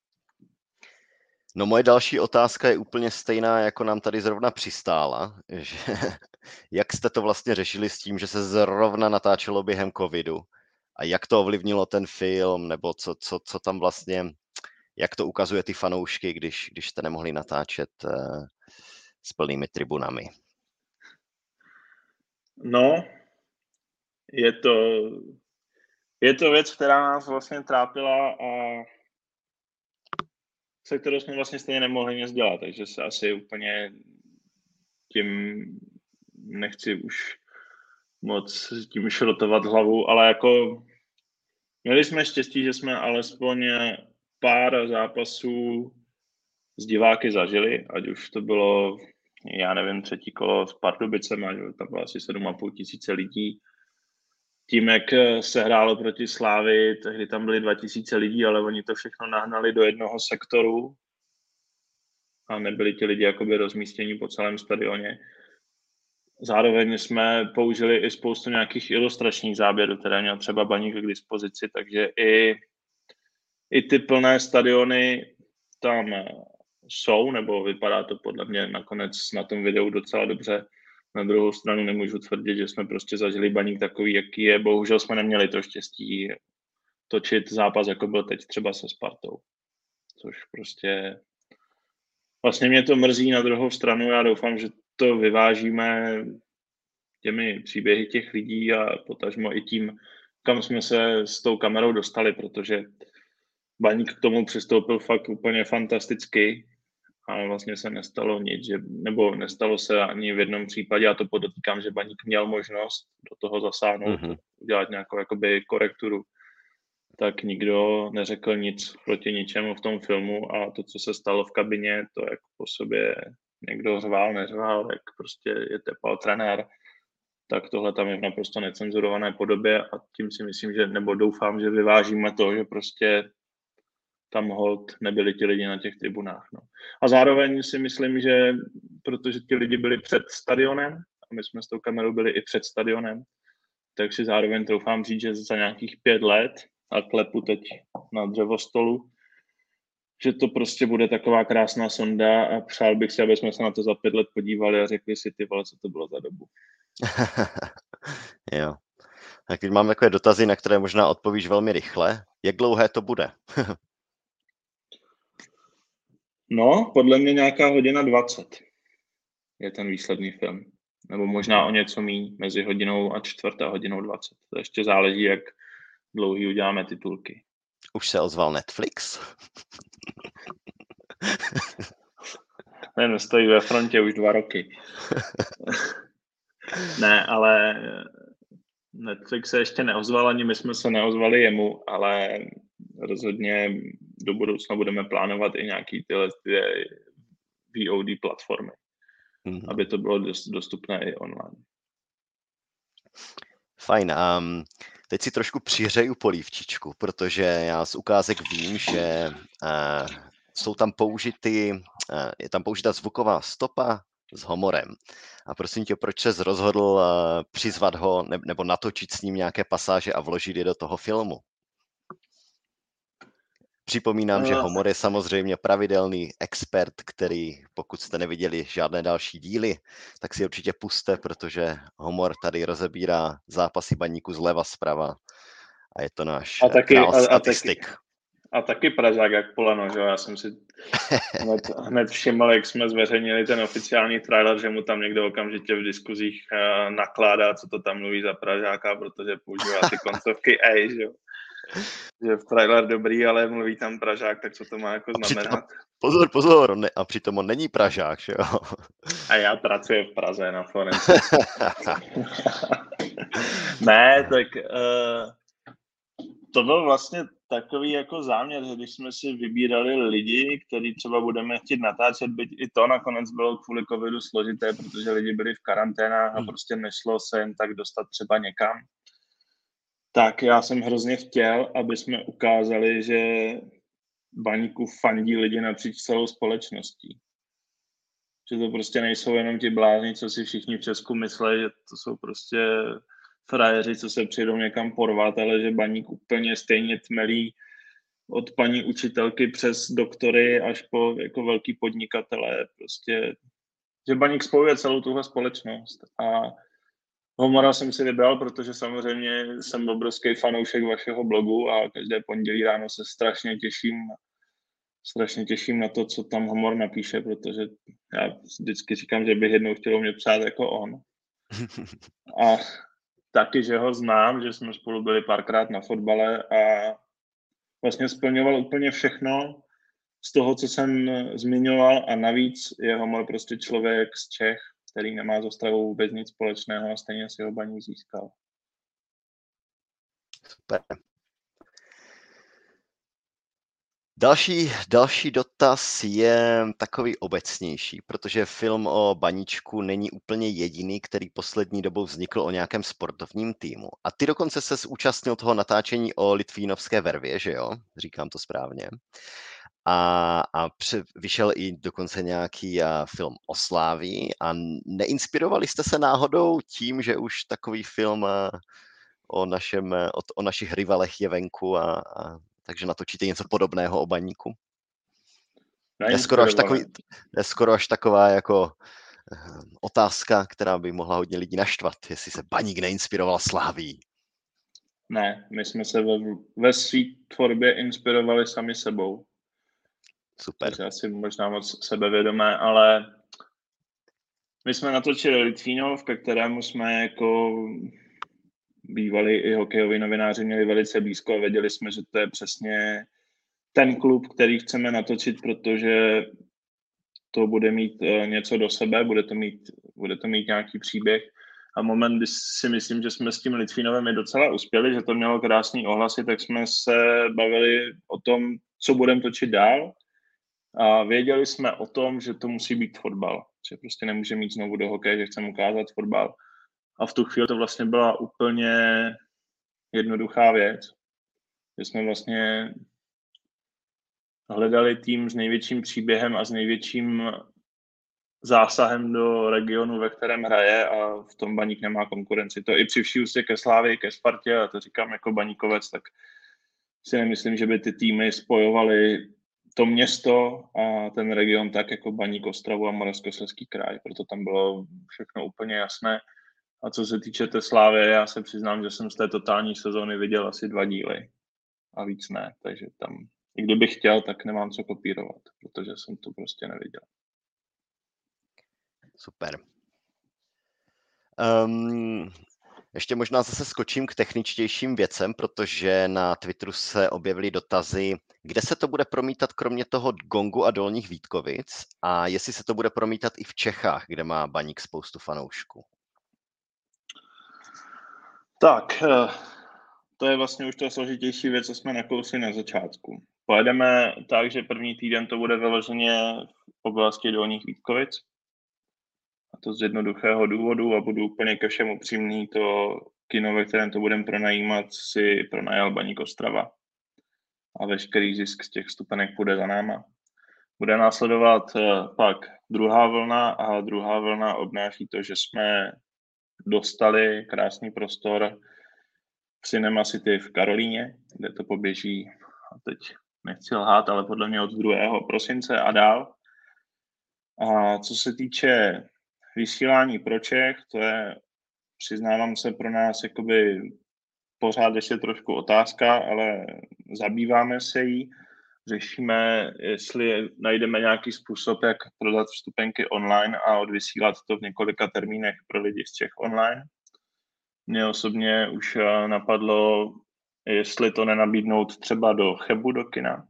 No moje další otázka je úplně stejná, jako nám tady zrovna přistála. Že, jak jste to vlastně řešili s tím, že se zrovna natáčelo během covidu? A jak to ovlivnilo ten film, nebo co, co, co tam vlastně, jak to ukazuje ty fanoušky, když, když jste nemohli natáčet uh, s plnými tribunami? No, je to, je to věc, která nás vlastně trápila a se kterou jsme vlastně stejně nemohli nic dělat, takže se asi úplně tím nechci už moc tím šrotovat hlavu, ale jako měli jsme štěstí, že jsme alespoň pár zápasů s diváky zažili, ať už to bylo, já nevím, třetí kolo s Pardubicema, že tam bylo asi sedm a půl tisíce lidí. Tím, jak se hrálo proti Slávy, tehdy tam byly dva tisíce lidí, ale oni to všechno nahnali do jednoho sektoru a nebyli ti lidi jakoby rozmístění po celém stadioně. Zároveň jsme použili i spoustu nějakých ilustračních záběrů, které měl třeba Baník k dispozici, takže i, i ty plné stadiony tam jsou, nebo vypadá to podle mě nakonec na tom videu docela dobře. Na druhou stranu nemůžu tvrdit, že jsme prostě zažili Baník takový, jaký je. Bohužel jsme neměli to štěstí točit zápas, jako byl teď třeba se Spartou. Což prostě vlastně mě to mrzí. Na druhou stranu já doufám, že to vyvážíme těmi příběhy těch lidí a potažmo i tím, kam jsme se s tou kamerou dostali, protože Baník k tomu přistoupil fakt úplně fantasticky a vlastně se nestalo nic, že, nebo nestalo se ani v jednom případě, a to podotýkám, že Baník měl možnost do toho zasáhnout, mm-hmm. udělat nějakou jakoby korekturu, tak nikdo neřekl nic proti ničemu v tom filmu, a to, co se stalo v kabině, to jak po sobě někdo řval, neřval, jak prostě je tepal trenér, tak tohle tam je v naprosto necenzurované podobě, a tím si myslím, že, nebo doufám, že vyvážíme to, že prostě tam hod nebyli ti lidi na těch tribunách. No. A zároveň si myslím, že protože ti lidi byli před stadionem, a my jsme s tou kamerou byli i před stadionem, tak si zároveň troufám říct, že za nějakých pět let, a klepu teď na dřevostolu, že to prostě bude taková krásná sonda, a přál bych si, aby jsme se na to za pět let podívali a řekli si, ty vole, co to bylo za dobu. Jo. Tak teď mám takové dotazy, na které možná odpovíš velmi rychle. Jak dlouhé to bude? No, podle mě nějaká hodina dvacet je ten výsledný film. Nebo možná o něco míň, mezi hodinou a čtvrt a hodinou dvacet. To ještě záleží, jak dlouhý uděláme titulky. Už se ozval Netflix? Ne, stojí ve frontě už dva roky. Ne, ale Netflix se ještě neozval, ani my jsme se neozvali jemu, ale rozhodně do budoucna budeme plánovat i nějaký tyhle ty V O D platformy, mm-hmm. aby to bylo dostupné i online. Fajn. Um, teď si trošku přihřeju polívčičku, protože já z ukázek vím, že uh, jsou tam použity, uh, je tam použita zvuková stopa s Homorem. A prosím tě, proč ses rozhodl uh, přizvat ho ne, nebo natočit s ním nějaké pasáže a vložit je do toho filmu? Připomínám, že Homor je samozřejmě pravidelný expert, který, pokud jste neviděli žádné další díly, tak si určitě puste, protože Homor tady rozebírá zápasy baníku zleva zprava a je to náš a taky, král a, a statistik. Taky, a taky Pražák jak Polano, že já jsem si hned, hned všiml, jak jsme zveřejnili ten oficiální trailer, že mu tam někdo okamžitě v diskuzích uh, nakládá, co to tam mluví za Pražáka, protože používá ty koncovky A, že jo. Že v trailer dobrý, ale mluví tam Pražák, tak co to má jako znamenat? Pozor, pozor, ne, a přitom on není Pražák, že jo? A já pracuji v Praze na Florenci. Ne, tak uh, to byl vlastně takový jako záměr, že když jsme si vybírali lidi, který třeba budeme chtít natáčet, byť i to nakonec bylo kvůli covidu složité, protože lidi byli v karanténách a prostě nešlo se jen tak dostat třeba někam. Tak já jsem hrozně chtěl, aby jsme ukázali, že baníku fandí lidi napříč celou společností. Že to prostě nejsou jenom ti blázni, co si všichni v Česku myslí, že to jsou prostě frajeři, co se přijdou někam porvat, ale že baník úplně stejně tmelí od paní učitelky přes doktory až po jako velký podnikatele. Prostě, že baník spojuje celou tuhle společnost. A Homora jsem si vybral, protože samozřejmě jsem obrovský fanoušek vašeho blogu a každé pondělí ráno se strašně těším strašně těším na to, co tam Homor napíše, protože já vždycky říkám, že bych jednou chtěl mě psát jako on. A taky, že ho znám, že jsme spolu byli párkrát na fotbale a vlastně splňoval úplně všechno z toho, co jsem zmiňoval a navíc je Homor prostě člověk z Čech, který nemá s Ostravou vůbec nic společného a stejně si ho baník získal. Super. Další, další dotaz je takový obecnější, protože film o baníčku není úplně jediný, který poslední dobou vznikl o nějakém sportovním týmu. A ty dokonce se zúčastnil toho natáčení o litvínovské vervě, že jo? Říkám to správně. A, a pře, vyšel i dokonce nějaký a, film o Slávii. A neinspirovali jste se náhodou tím, že už takový film a, o, našem, o, o našich rivalech je venku a, a takže natočíte něco podobného o baníku? Je skoro, až takový, je skoro až taková jako otázka, která by mohla hodně lidí naštvat, jestli se baník neinspiroval Sláví. Ne, my jsme se ve, ve své tvorbě inspirovali sami sebou. Super. To je asi možná moc sebevědomé, ale my jsme natočili Litvínov, ke kterému jsme jako bývalí i hokejoví novináři měli velice blízko a věděli jsme, že to je přesně ten klub, který chceme natočit, protože to bude mít něco do sebe, bude to mít, bude to mít nějaký příběh. A moment, kdy si myslím, že jsme s tím Litvínovem i docela uspěli, že to mělo krásný ohlasy, tak jsme se bavili o tom, co budeme točit dál. A věděli jsme o tom, že to musí být fotbal. Že prostě nemůže mít znovu do hokeje, že chceme ukázat fotbal. A v tu chvíli to vlastně byla úplně jednoduchá věc. Že jsme vlastně hledali tým s největším příběhem a s největším zásahem do regionu, ve kterém hraje a v tom baník nemá konkurenci. To i při vší úctě ke Slávii, ke Spartě, a to říkám jako baníkovec, tak si nemyslím, že by ty týmy spojovaly to město a ten region tak jako Baník, Ostravu a Moravskoslezský kraj. Proto tam bylo všechno úplně jasné. A co se týče té Slávy, já se přiznám, že jsem z té totální sezóny viděl asi dva díly a víc ne. Takže tam, i kdybych chtěl, tak nemám co kopírovat, protože jsem to prostě neviděl. Super. Um, Ještě možná zase skočím k techničtějším věcem, protože na Twitteru se objevily dotazy, kde se to bude promítat kromě toho Gongu a Dolních Vítkovic a jestli se to bude promítat i v Čechách, kde má Baník spoustu fanoušků. Tak, to je vlastně už to složitější věc, co jsme nakousli na začátku. Pojedeme tak, že první týden to bude vyloženě v oblasti Dolních Vítkovic. A to z jednoduchého důvodu a budu úplně ke všemu upřímný, to kino, ve kterém to budeme pronajímat, si pronajal Baník Ostrava. A veškerý zisk z těch vstupenek půjde za náma. Bude následovat pak druhá vlna a druhá vlna obnáší to, že jsme dostali krásný prostor v Cinema City v Karolíně, kde to poběží, a teď nechci lhát, ale podle mě od druhého prosince a dál. A co se týče vysílání pro Čech, to je, přiznávám se, pro nás jakoby pořád ještě trošku otázka, ale zabýváme se jí. Řešíme, jestli najdeme nějaký způsob, jak prodat vstupenky online a odvysílat to v několika termínech pro lidi z Čech online. Mně osobně už napadlo, jestli to nenabídnout třeba do Chebu do kina.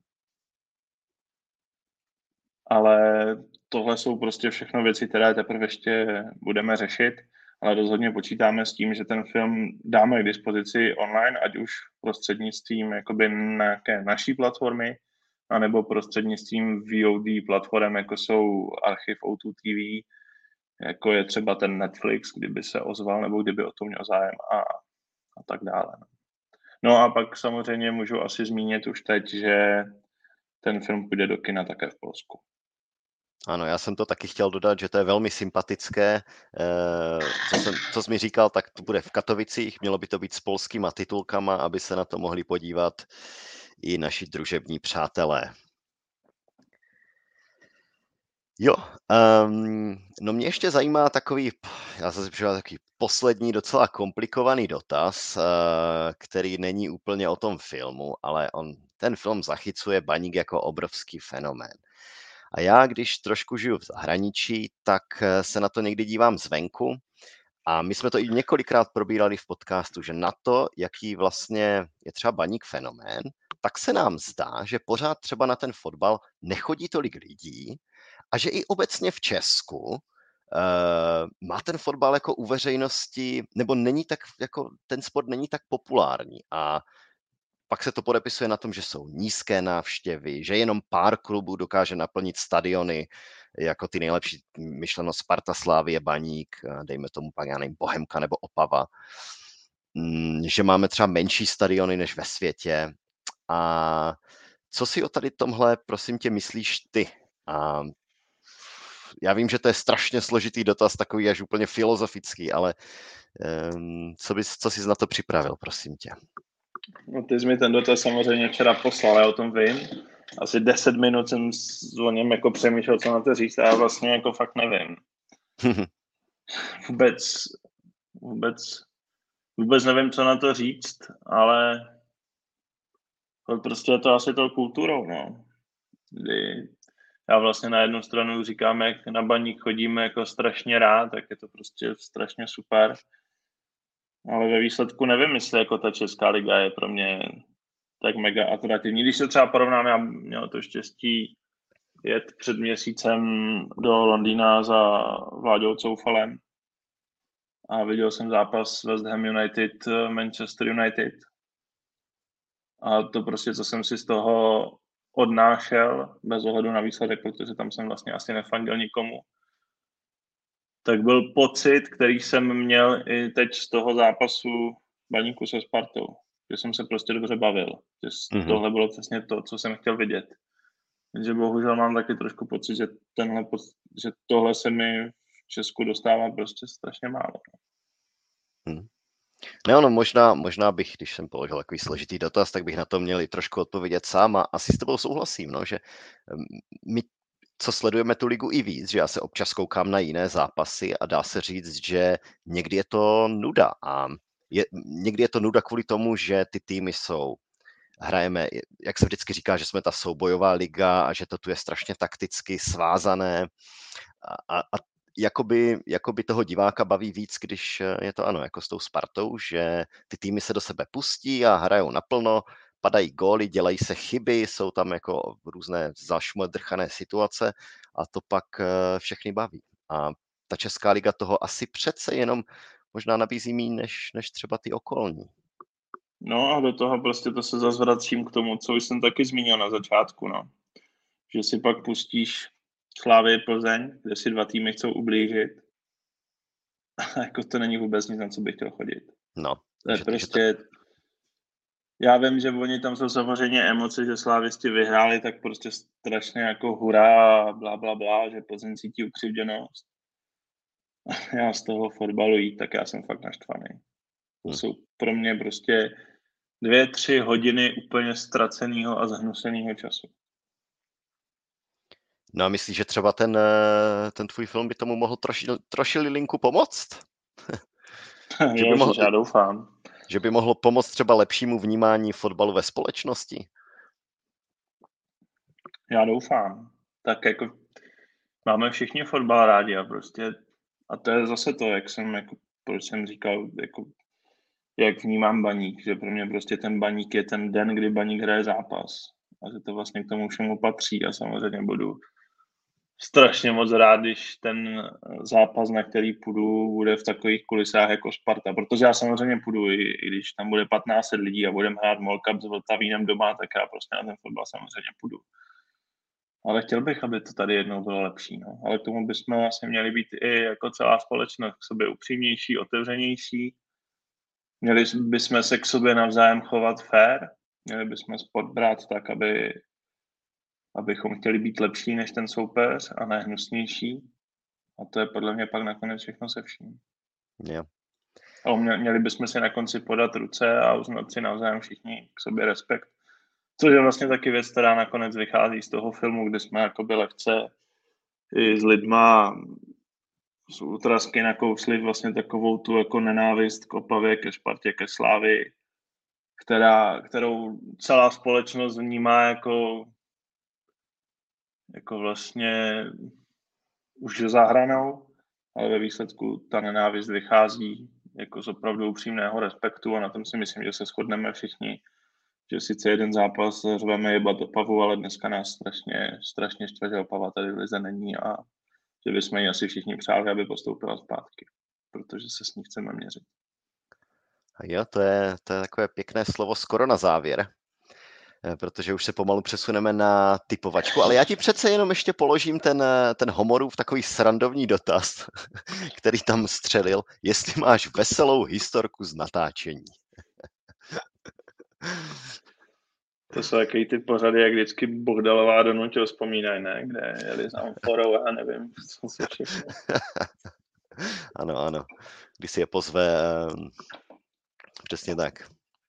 Ale tohle jsou prostě všechno věci, které teprve ještě budeme řešit, ale rozhodně počítáme s tím, že ten film dáme k dispozici online, ať už prostřednictvím jakoby nějaké naší platformy, anebo prostřednictvím V O D platform, jako jsou Archiv O dva T V, jako je třeba ten Netflix, kdyby se ozval, nebo kdyby o to měl zájem a, a tak dále. No a pak samozřejmě můžu asi zmínit už teď, že ten film půjde do kina také v Polsku. Ano, já jsem to taky chtěl dodat, že to je velmi sympatické. Co, jsem, co jsi mi říkal, tak to bude v Katovicích, mělo by to být s polskýma titulkama, aby se na to mohli podívat i naši družební přátelé. Jo, um, no mě ještě zajímá takový, já zase přijel takový poslední docela komplikovaný dotaz, uh, který není úplně o tom filmu, ale on, ten film zachycuje Baník jako obrovský fenomén. A já, když trošku žiju v zahraničí, tak se na to někdy dívám zvenku a my jsme to i několikrát probírali v podcastu, že na to, jaký vlastně je třeba Baník fenomén, tak se nám zdá, že pořád třeba na ten fotbal nechodí tolik lidí a že i obecně v Česku uh, má ten fotbal jako u veřejnosti, nebo není tak, jako ten sport není tak populární a pak se to podepisuje na tom, že jsou nízké návštěvy, že jenom pár klubů dokáže naplnit stadiony, jako ty nejlepší, myšleno Sparta, Slávie, Baník, dejme tomu pak, já nevím, Bohemka nebo Opava, že máme třeba menší stadiony než ve světě. A co si o tady tomhle, prosím tě, myslíš ty? A já vím, že to je strašně složitý dotaz, takový až úplně filozofický, ale um, co, bys, co jsi na to připravil, prosím tě? No, ty jsi mi ten dotaz samozřejmě včera poslal, já o tom vím. Asi deset minut jsem o něm jako přemýšlel, co na to říct, a já vlastně jako fakt nevím. vůbec, vůbec, vůbec nevím, co na to říct, ale prostě je to asi tou kulturou, no. Kdy já vlastně na jednu stranu říkám, jak na Baník chodíme jako strašně rád, tak je to prostě strašně super. Ale ve výsledku nevím, jestli jako ta Česká liga je pro mě tak mega atraktivní. Když se třeba porovnám, já měl to štěstí jet před měsícem do Londýna za Vláďou Coufalem a viděl jsem zápas West Ham United, Manchester United. A to prostě, co jsem si z toho odnášel, bez ohledu na výsledek, protože tam jsem vlastně asi nefandil nikomu, tak byl pocit, který jsem měl i teď z toho zápasu Baníku se Spartou. Že jsem se prostě dobře bavil. Že mm-hmm. Tohle bylo přesně to, co jsem chtěl vidět. Takže bohužel mám taky trošku pocit, že, tenhle, že tohle se mi v Česku dostává prostě strašně málo. Hmm. Ne, ono, možná, možná bych, když jsem položil takový složitý dotaz, tak bych na to měl i trošku odpovědět sám a asi s tebou souhlasím, no, že my, co sledujeme tu ligu i víc, že já se občas koukám na jiné zápasy a dá se říct, že někdy je to nuda a je, někdy je to nuda kvůli tomu, že ty týmy jsou, hrajeme, jak se vždycky říká, že jsme ta soubojová liga a že to tu je strašně takticky svázané a, a jakoby, jakoby toho diváka baví víc, když je to ano, jako s tou Spartou, že ty týmy se do sebe pustí a hrajou naplno, padají góly, dělají se chyby, jsou tam jako různé zašmodrchané situace a to pak všechny baví. A ta Česká liga toho asi přece jenom možná nabízí méně než, než třeba ty okolní. No a do toho prostě to se zase vracím k tomu, co už jsem taky zmínil na začátku, no. Že si pak pustíš Slávy Plzeň, kde si dva týmy chcou ublížit. A jako to není vůbec nic, na co bych chtěl chodit. No. To je prostě... To... Já vím, že oni tam jsou samozřejmě emoce, že slávisti vyhráli, tak prostě strašně jako hurá, blá, blá, blá, že Plzeň cítí ukřivděnost. Já z toho fotbalu jít, tak já jsem fakt naštvaný. To hmm. jsou pro mě prostě dvě, tři hodiny úplně ztraceného a zhnuseného času. No a myslíš, že třeba ten, ten tvůj film by tomu mohl troši, troši linku pomoct? že, by mohl, já doufám. Že by mohlo pomoct třeba lepšímu vnímání fotbalu ve společnosti? Já doufám. Tak jako máme všichni fotbal rádi a prostě a to je zase to, jak jsem, jako, proč jsem říkal, jako, jak vnímám Baník, že pro mě prostě ten Baník je ten den, kdy Baník hraje zápas a že to vlastně k tomu všemu patří a samozřejmě budu strašně moc rád, když ten zápas, na který půjdu, bude v takových kulisách jako Sparta, protože já samozřejmě půjdu, i, i když tam bude patnáct set lidí a budeme hrát Mall Cup s Vltavínem doma, tak já prostě na ten fotbal samozřejmě půjdu. Ale chtěl bych, aby to tady jednou bylo lepší. No. Ale k tomu bychom vlastně měli být i jako celá společnost k sobě upřímnější, otevřenější. Měli bychom se k sobě navzájem chovat fair. Měli bychom sport brát tak, aby, abychom chtěli být lepší než ten soupeř a ne hnusnější. A to je podle mě pak nakonec všechno se vším. Yeah. A měli bychom si na konci podat ruce a uznat si navzájem všichni k sobě respekt. Což je vlastně taky věc, která nakonec vychází z toho filmu, kde jsme jakoby lehce i s lidma z útrasky nakousli vlastně takovou tu jako nenávist k Opavě, ke Spartě, ke Slávii, která, kterou celá společnost vnímá jako, jako vlastně už zahranou, ale ve výsledku ta nenávist vychází jako z opravdu upřímného respektu a na tom si myslím, že se shodneme všichni, že sice jeden zápas řveme jebat Opavu, ale dneska nás strašně, strašně štve, že Opava tady v lize není a že bychom ji asi všichni přáli, aby postoupila zpátky, protože se s ní chceme měřit. A jo, to je, to je takové pěkné slovo skoro na závěr, protože už se pomalu přesuneme na typovačku, ale já ti přece jenom ještě položím ten, ten Homorův takový srandovní dotaz, který tam střelil, jestli máš veselou historku z natáčení. To jsou takový ty pořady, jak vždycky Bohdalová Donutil vzpomínají, ne? Kde jeli za Amforou a nevím, co se všechno. Ano, ano. Když si je pozve, přesně tak.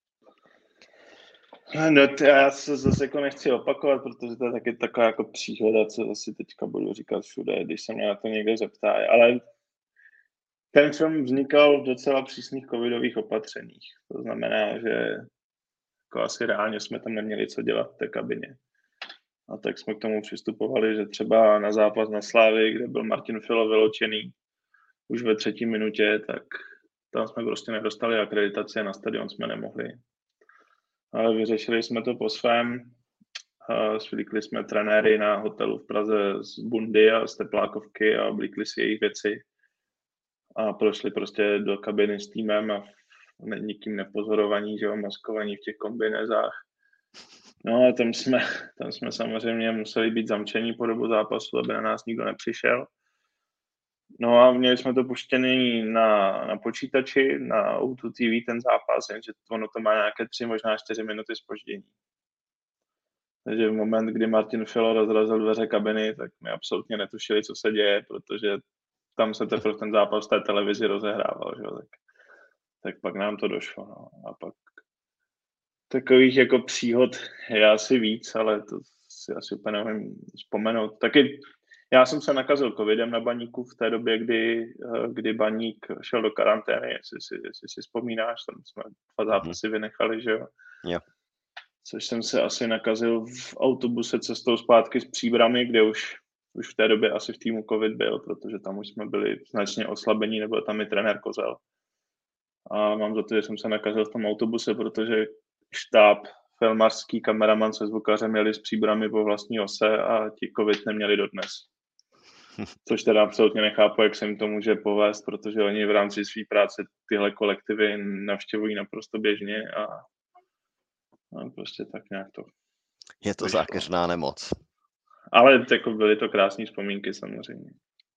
No, t- já se zase jako nechci opakovat, protože to je taky taková jako příhoda, co asi teďka budu říkat všude, když se mě na to někdo zeptá. Ale ten film vznikal v docela přísných covidových opatřeních. To znamená, že jako asi reálně jsme tam neměli co dělat v té kabině. A tak jsme k tomu přistupovali, že třeba na zápas na Slávy, kde byl Martin Filo vyloučený už ve třetí minutě, tak tam jsme prostě nedostali akreditaci a na stadion jsme nemohli. Ale vyřešili jsme to po svém. Svlíkli jsme trenéry na hotelu v Praze z bundy a z teplákovky a oblíkli si jejich věci. A prošli prostě do kabiny s týmem a nikým nepozorovaní, že jo, maskovaní v těch kombinezách. No a tam jsme, tam jsme samozřejmě museli být zamčení po dobu zápasu, aby na nás nikdo nepřišel. No a měli jsme to puštěný na, na počítači, na O dva T V ten zápas, jenže ono to má nějaké tři, možná čtyři minuty zpoždění. Takže v moment, kdy Martin Filo rozrazil dveře kabiny, tak my absolutně netušili, co se děje, protože tam se teprve ten zápas v té televizi rozehrával, že? Tak, tak pak nám to došlo. No. A pak takových jako příhod je asi víc, ale to si asi úplně nevím vzpomenout. Taky já jsem se nakazil covidem na Baníku v té době, kdy, kdy Baník šel do karantény, jestli si, jestli si vzpomínáš, tam jsme dva zápasy vynechali, že jo? Yeah. Což jsem se asi nakazil v autobuse cestou zpátky z Příbramy, kde už už v té době asi v týmu covid byl, protože tam už jsme byli značně oslabení, nebo tam i trenér Kozel. A mám za to, že jsem se nakazil v tom autobuse, protože štáb, filmařský kameraman se zvukařem jeli s příbrami po vlastní ose a ti covid neměli dodnes. Což teda absolutně nechápu, jak se jim to může povést, protože oni v rámci své práce tyhle kolektivy navštěvují naprosto běžně a, a prostě tak nějak to. Je to zákeřná nemoc. Ale jako byly to krásné vzpomínky samozřejmě.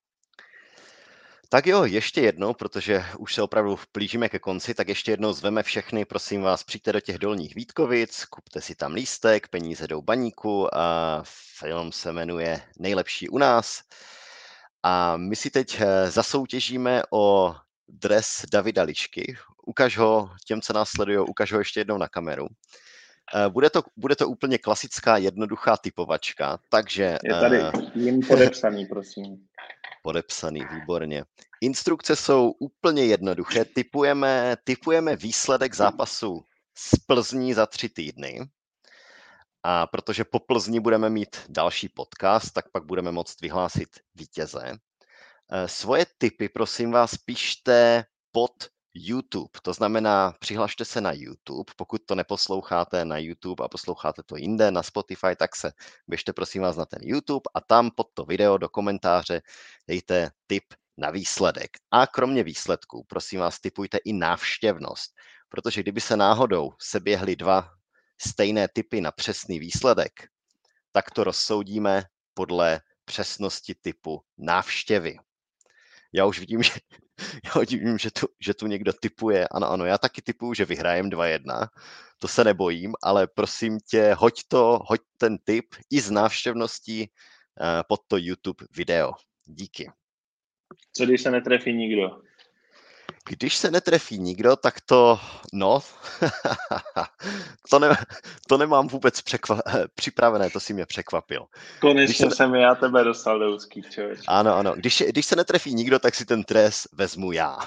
Tak jo, ještě jednou, protože už se opravdu blížíme ke konci, tak ještě jednou zveme všechny, prosím vás, přijďte do těch Dolních Vítkovic, kupte si tam lístek, peníze jdou baníku a film se jmenuje Nejlepší u nás. A my si teď zasoutěžíme o dres Davida Lišky. Ukaž ho těm, co nás sledují, ukaž ho ještě jednou na kameru. Bude to, bude to úplně klasická, jednoduchá typovačka, takže... Je tady jim podepsaný, prosím. Podepsaný, výborně. Instrukce jsou úplně jednoduché. Typujeme, typujeme výsledek zápasu z Plzní za tři týdny. A protože po Plzni budeme mít další podcast, tak pak budeme moct vyhlásit vítěze. Svoje tipy, prosím vás, pište pod YouTube. To znamená, přihlašte se na YouTube. Pokud to neposloucháte na YouTube a posloucháte to jinde na Spotify, tak se běžte prosím vás na ten YouTube a tam pod to video do komentáře dejte tip na výsledek. A kromě výsledků, prosím vás, tipujte i návštěvnost. Protože kdyby se náhodou seběhly dva stejné tipy na přesný výsledek, tak to rozsoudíme podle přesnosti typu návštěvy. Já už vidím, že, já už vidím, že, tu, že tu někdo tipuje. Ano, ano, já taky tipuju, že vyhrajem dva jedna. To se nebojím, ale prosím tě, hoď to, hoď ten tip i s návštěvností uh, pod to YouTube video. Díky. Co když se netrefí nikdo? Když se netrefí nikdo, tak to, no, to, ne, to nemám vůbec překva, připravené, to si mě překvapil. Konečně se, jsem já tebe dostal do úzkých, člověč. Ano, ano, když, když se netrefí nikdo, tak si ten trest vezmu já.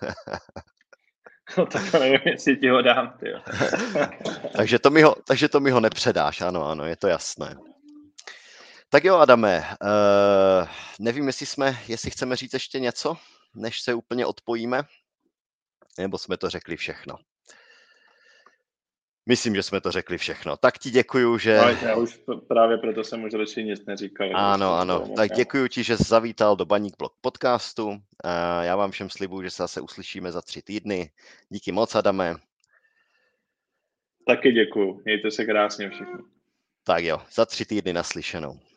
No tak to nevím, jestli ti ho dám, tyjo. takže, to mi ho, takže to mi ho nepředáš, ano, ano, je to jasné. Tak jo, Adame, uh, nevím, jestli jsme, jestli chceme říct ještě něco, než se úplně odpojíme, nebo jsme to řekli všechno. Myslím, že jsme to řekli všechno. Tak ti děkuju, že... No, já už právě proto jsem už radši nic neříkal. Ano, ano. Tak děkuju ti, že jsi zavítal do Baník Blog podcastu. Já vám všem slibuju, že se zase uslyšíme za tři týdny. Díky moc, Adame. Taky děkuju. Mějte se krásně všichni. Tak jo, za tři týdny naslyšenou.